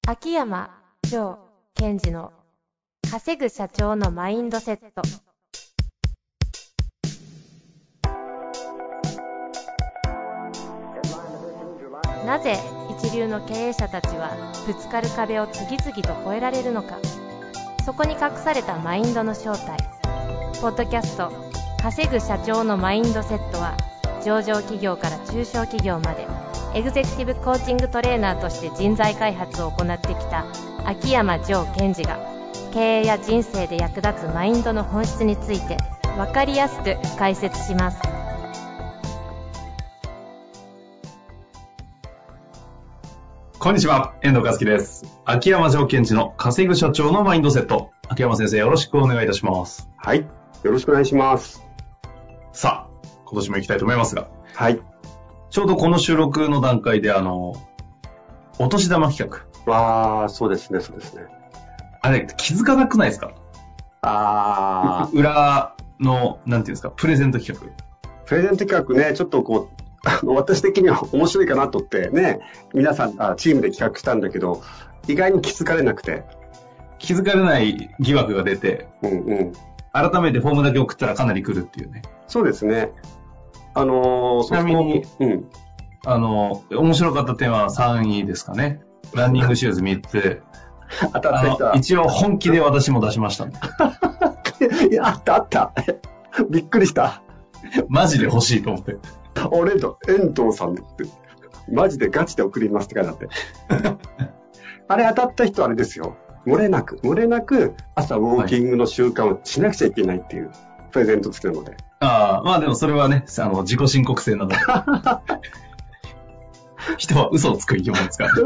秋山城賢治の稼ぐ社長のマインドセット。なぜ一流の経営者たちはぶつかる壁を次々と越えられるのか。そこに隠されたマインドの正体。ポッドキャスト稼ぐ社長のマインドセットは、上場企業から中小企業までエグゼクティブコーチングトレーナーとして人材開発を行ってきた秋山城賢治が、経営や人生で役立つマインドの本質について分かりやすく解説します。 こんにちは、遠藤和樹です。秋山城賢治の稼ぐ社長のマインドセット。秋山先生、よろしくお願いいたします。 はい、よろしくお願いします。 さあ、今年も行きたいと思いますが、 はい。 ちょうどこの収録の段階でお年玉企画。 わー、そうですね、そうですね。 あれ、気づかなくないですか？裏の、なんていうんですか、プレゼント企画。 プレゼント企画ね、ちょっとこう、私的には面白いかなとってね、皆さん、チームで企画したんだけど、意外に気づかれなくて。 気づかれない疑惑が出て、改めてフォームだけ送ったらかなり来るっていうね。 そうですね。 ちなみに、面白かった点は3位ですかね。ランニングシューズ3つ。 当たってきた。 一応本気で私も出しました。 いや、あった。びっくりした。 マジで欲しいと思って。 俺と遠藤さんって、マジでガチで送りますって書いてあって。あれ当たった人はあれですよ。漏れなく朝ウォーキングの習慣をしなくちゃいけないっていうプレゼント作るので。 まあでもそれはね、自己申告制なので。人は嘘をつく生き物ですから。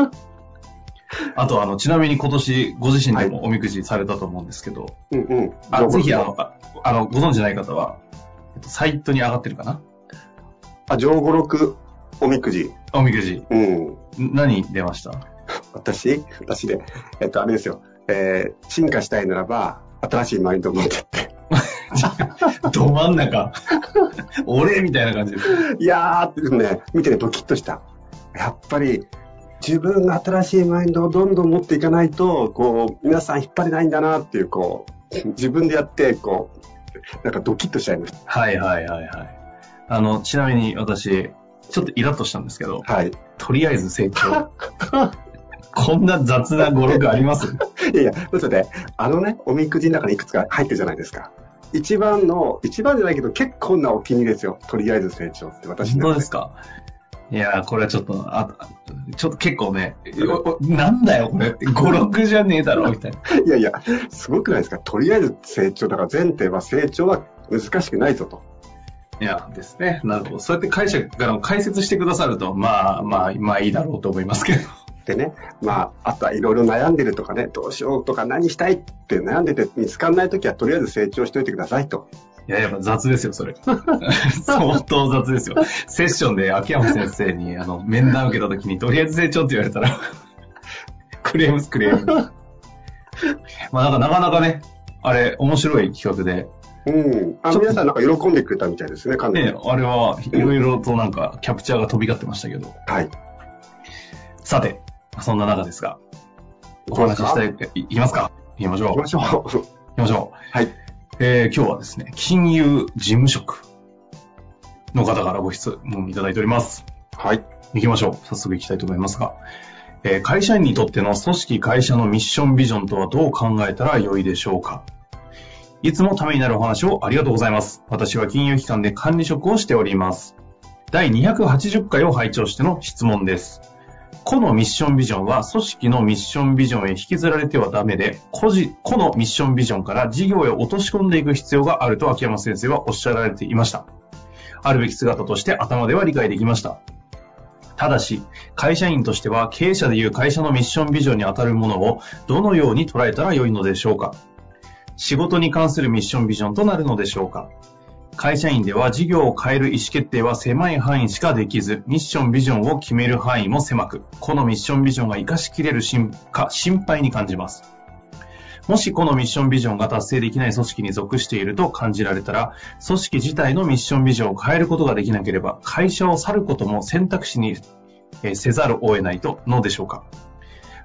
あとちなみに今年ご自身でもおみくじされたと思うんですけど、 ぜひご存知ない方は、サイトに上がってるかな。 上五六おみくじ。 おみくじ。何出ました？ 私で、あれですよ。進化したいならば、新しいマインドを持ってって。 ど真ん中。俺みたいな感じです。 いやー、ね、見てね、ドキッとした。やっぱり、自分が新しいマインドをどんどん持っていかないと、こう、皆さん引っ張れないんだなっていう、こう、自分でやって、こう、なんかドキッとしちゃいました。 はい。ちなみに私、ちょっとイラッとしたんですけど、 はい。 とりあえず成長。こんな雑な語録あります？ いや、嘘で、おみくじの中にいくつか入ってるじゃないですか。一番じゃないけど、結構なお気に入りですよ。とりあえず成長って私の。 本当ですか？いや、これはちょっと結構ね、なんだよこれって、語録じゃねえだろみたいな。 いや、すごくないですか？とりあえず成長。だから前提は成長は難しくないぞと。 いやですね。なるほど。そうやって解説してくださると、まあいいだろうと思いますけど。 でね、あとはいろいろ悩んでるとかね、どうしようとか何したいって悩んでて見つかんないときはとりあえず成長しておいてくださいと。 いや、やっぱ雑ですよ、それ。相当雑ですよ。セッションで秋山先生に面談受けたときにとりあえず成長って言われたら、クレーム。なかなかね、あれ、面白い企画で。 皆さんなんか喜んでくれたみたいですね、かなり。 あれはいろいろとなんかキャプチャーが飛び交ってましたけど。 はい。 さて、そんな中ですが、お話ししたい、いきますか？行きましょう。 はい。 今日はですね、金融事務職の方からご質問いただいております。 はい。 行きましょう。早速行きたいと思いますが、会社員にとっての組織会社のミッションビジョンとはどう考えたらよいでしょうか？いつもためになるお話をありがとうございます。私は金融機関で管理職をしております。第280回を拝聴しての質問です。個のミッションビジョンは組織のミッションビジョンへ引きずられてはダメで、個のミッションビジョンから事業へ落とし込んでいく必要があると秋山先生はおっしゃられていました。あるべき姿として頭では理解できました。ただし、会社員としては経営者でいう会社のミッションビジョンに当たるものをどのように捉えたらよいのでしょうか？仕事に関するミッションビジョンとなるのでしょうか？会社員では事業を変える意思決定は狭い範囲しかできず、ミッションビジョンを決める範囲も狭く、このミッションビジョンが活かしきれる心配に感じます。もしこのミッションビジョンが達成できない組織に属していると感じられたら、組織自体のミッションビジョンを変えることができなければ、会社を去ることも選択肢にせざるを得ないのでしょうか。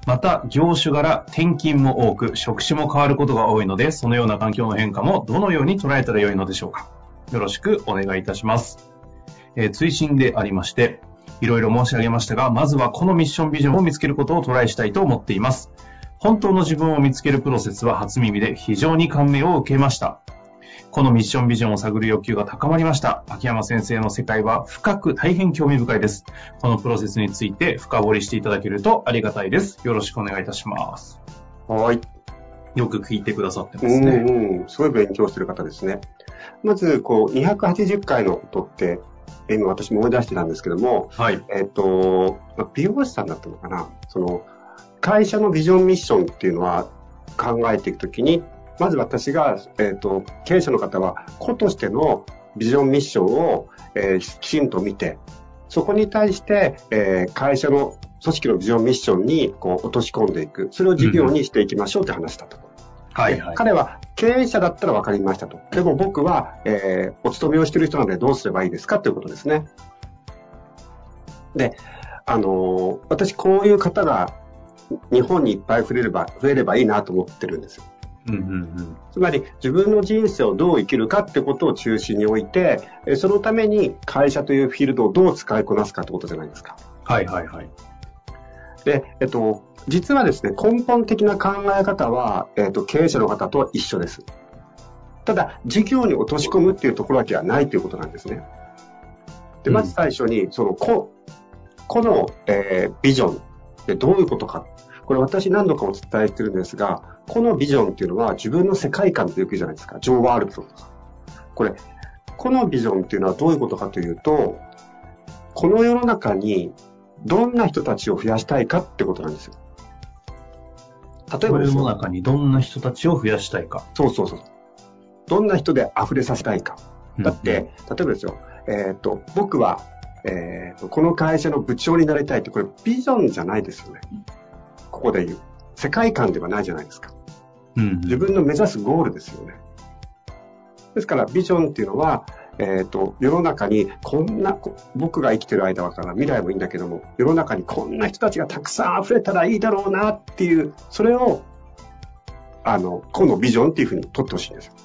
また、業種柄、転勤も多く、職種も変わることが多いので、そのような環境の変化もどのように捉えたらよいのでしょうか。よろしくお願いいたします。追伸でありまして、いろいろ申し上げましたが、まずはこのミッションビジョンを見つけることをトライしたいと思っています。本当の自分を見つけるプロセスは初耳で非常に感銘を受けました。このミッションビジョンを探る欲求が高まりました。秋山先生の世界は深く大変興味深いです。このプロセスについて深掘りしていただけるとありがたいです。よろしくお願いいたします。 はい。 よく聞いてくださってますね。 すごい勉強してる方ですね。まず、280回のことって、今私も思い出してたんですけども、 はい。 美容師さんだったのかな。会社のビジョンミッションっていうのは考えていくときに、まず私が、経営者の方は個としてのビジョンミッションを、きちんと見て、そこに対して、会社の組織のビジョンミッションに落とし込んでいく。それを事業にしていきましょうって話だと。 はいはい。 彼は経営者だったら分かりましたと。でも僕は、お勤めをしている人なのでどうすればいいですかということですね。で、私こういう方が日本にいっぱい増えればいいなと思ってるんですよ。つまり自分の人生をどう生きるかってことを中心に置いて、そのために会社というフィールドをどう使いこなすかってことじゃないですか。 はいはいはい。 で、実はですね、根本的な考え方は、経営者の方とは一緒です。ただ、事業に落とし込むっていうところだけはないということなんですね。で、まず最初に、個の、ビジョンってどういうことか。これ私何度かお伝えしてるんですが、このビジョンっていうのは自分の世界観ってよく言うじゃないですか。ジョー・ワールドとか。このビジョンっていうのはどういうことかというと、この世の中にどんな人たちを増やしたいかってことなんですよ。例えばですよ。 世の中にどんな人たちを増やしたいか。 そう。どんな人で溢れさせたいか。だって、例えばですよ。僕は、この会社の部長になりたいって、これビジョンじゃないですよね。ここで言う。世界観ではないじゃないですか。自分の目指すゴールですよね。ですから、ビジョンっていうのは、世の中に僕が生きてる間はから未来もいいんだけども、世の中にこんな人たちがたくさん溢れたらいいだろうなっていう、それを、このビジョンっていうふうに取ってほしいんですよ。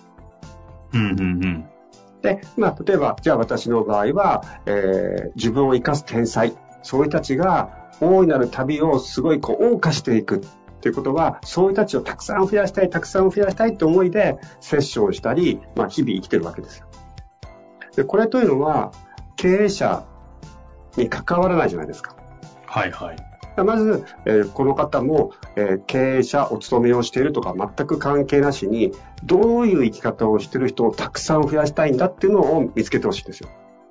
で、例えば、じゃあ私の場合は、自分を生かす天才、そういう人たちが大いなる旅をすごい謳歌していくっていうことは、そういう人たちをたくさん増やしたいって思いでセッションしたり、日々生きてるわけですよ。で、これというのは経営者に関わらないじゃないですか。 はいはい。 まず、この方も、経営者お勤めをしているとか全く関係なしに、どういう生き方をしている人をたくさん増やしたいんだっていうのを見つけてほしいんですよ。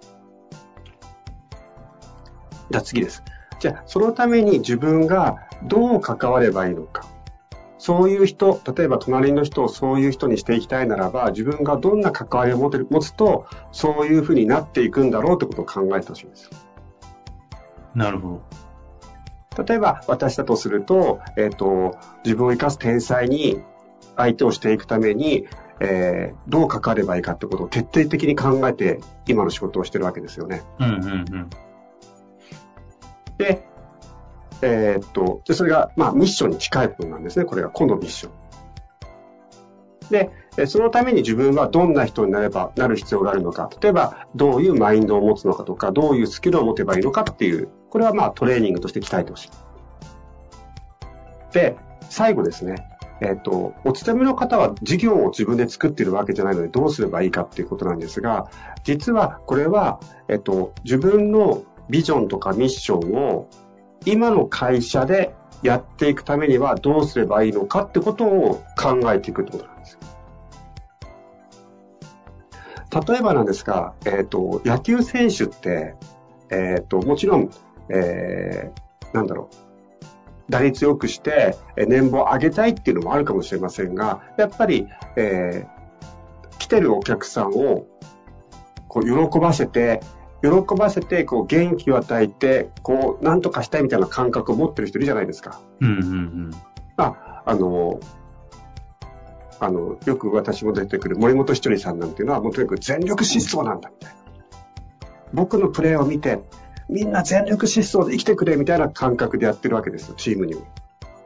じゃあ次です。じゃあそのために自分がどう関わればいいのか。そういう人、例えば隣の人をそういう人にしていきたいならば、自分がどんな関わりを持つと、そういうふうになっていくんだろうということを考えてほしいんですよ。 なるほど。 例えば私だとすると、自分を生かす天才に相手をしていくために、どう関わればいいかってことを徹底的に考えて今の仕事をしてるわけですよね。で、それが、ミッションに近い部分なんですね。これが個のミッション。で、そのために自分はどんな人になる必要があるのか。例えば、どういうマインドを持つのかとか、どういうスキルを持てばいいのかっていう、これはトレーニングとして鍛えてほしい。で、最後ですね。お勤めの方は事業を自分で作っているわけじゃないのでどうすればいいかっていうことなんですが、実はこれは、自分のビジョンとかミッションを今の会社でやっていくためにはどうすればいいのかってことを考えていくってことなんですよ。例えばなんですが、野球選手って、もちろん、打率良くして年俸を上げたいっていうのもあるかもしれませんが、やっぱり、来てるお客さんを喜ばせて元気を与えて何とかしたいみたいな感覚を持ってる人いるじゃないですか。よく私も出てくる森本ひとりさんなんていうのはもうとにかく全力疾走なんだみたいな。僕のプレーを見てみんな全力疾走で生きてくれみたいな感覚でやってるわけですよ、チームにも。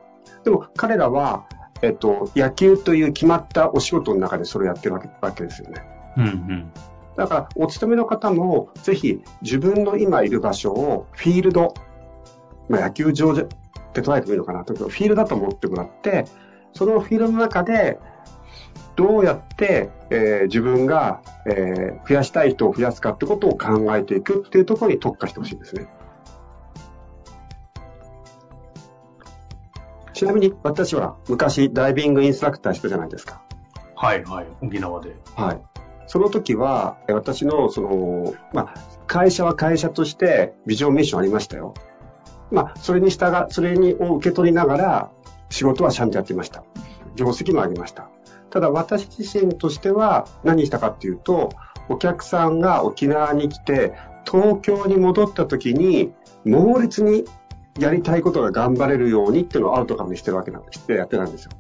でも彼らは、野球という決まったお仕事の中でそれをやってるわけですよね。 うんうん。 だから、お勤めの方も、ぜひ自分の今いる場所をフィールド、野球場で捉えてもいいのかなと、フィールドだと思ってもらって、そのフィールドの中で、どうやって、自分が、増やしたい人を増やすかってことを考えていくっていうところに特化してほしいんですね。ちなみに私は昔ダイビングインストラクターしたじゃないですか。 はいはい、沖縄で。はい。 その時は私の会社は会社としてビジョンミッションありましたよ。それを受け取りながら仕事はちゃんとやっていました。業績も上げました。ただ私自身としては何したかっていうと、お客さんが沖縄に来て東京に戻った時に猛烈にやりたいことが頑張れるようにっていうのをアウトカムにしてるわけなんです。やってたんですよ。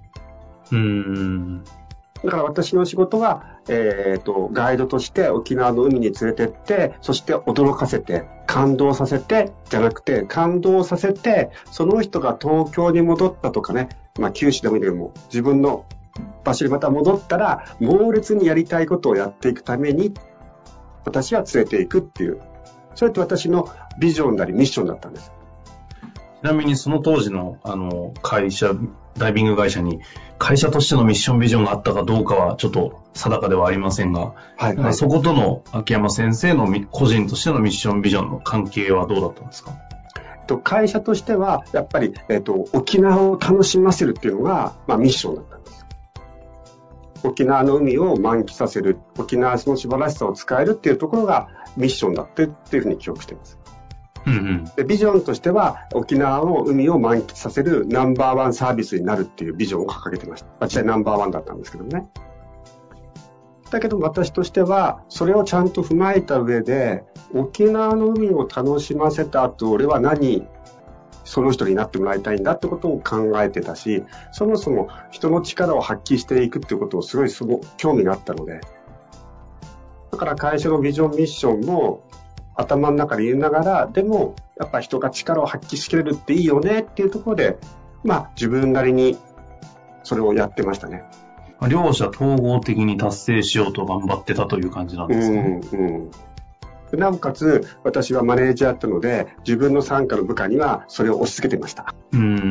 だから私の仕事は、ガイドとして沖縄の海に連れてって、そして驚かせて、感動させて、じゃなくて、感動させて、その人が東京に戻ったとかね、九州でもいいけども、自分の場所にまた戻ったら、猛烈にやりたいことをやっていくために、私は連れていくっていう、それって私のビジョンなりミッションだったんです。 ちなみにその当時の会社、ダイビング会社に会社としてのミッションビジョンがあったかどうかはちょっと定かではありませんが、はいはい、そことの秋山先生の個人としてのミッションビジョンの関係はどうだったんですか？ 会社としてはやっぱり、沖縄を楽しませるっていうのが、ミッションだったんです。沖縄の海を満喫させる、沖縄の素晴らしさを使えるっていうところがミッションだっていうふうに記憶しています。でビジョンとしては沖縄の海を満喫させるナンバーワンサービスになるっていうビジョンを掲げてました。実際ナンバーワンだったんですけどね。だけど私としてはそれをちゃんと踏まえた上で、沖縄の海を楽しませた後、俺はその人になってもらいたいんだってことを考えてたし、そもそも人の力を発揮していくっていうことをすごい興味があったので、だから会社のビジョンミッションも頭の中で言いながら、でもやっぱ人が力を発揮しきれるっていいよねっていうところで、自分なりにそれをやってましたね。 両者統合的に達成しようと頑張ってたという感じなんですね。 なおかつ私はマネージャーだったので、自分の傘下の部下にはそれを押し付けてました。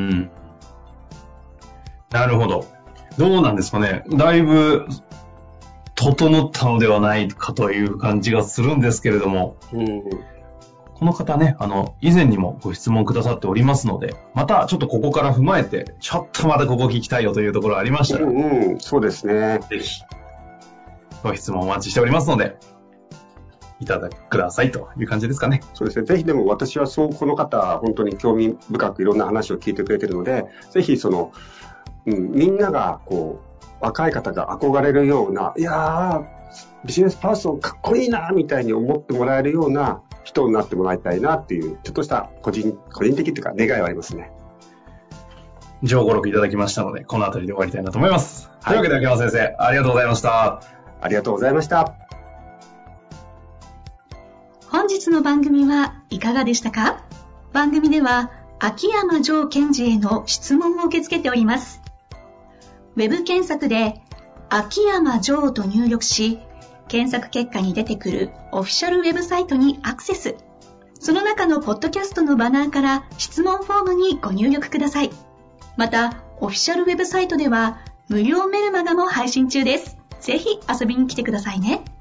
なるほど。どうなんですかね。だいぶ整ったのではないかという感じがするんですけれども、この方ね、以前にもご質問くださっておりますので、またちょっとここから踏まえて、ちょっとまだここ聞きたいよというところありましたら、 そうですね。 ぜひ、ご質問お待ちしておりますので、いただくださいという感じですかね。 そうですね。ぜひでも私はこの方、本当に興味深くいろんな話を聞いてくれているので、ぜひみんなが若い方が憧れるような、いやー、ビジネスパーソンかっこいいなみたいに思ってもらえるような人になってもらいたいなっていう、ちょっとした個人的というか願いはありますね。 上5、6いただきましたので、この辺りで終わりたいなと思います。というわけで、秋山先生、ありがとうございました。 ありがとうございました。 本日の番組はいかがでしたか？番組では、秋山城賢治への質問を受け付けております。ウェブ検索で秋山城と入力し、検索結果に出てくるオフィシャルウェブサイトにアクセス。その中のポッドキャストのバナーから質問フォームにご入力ください。また、オフィシャルウェブサイトでは無料メルマガも配信中です。ぜひ遊びに来てくださいね。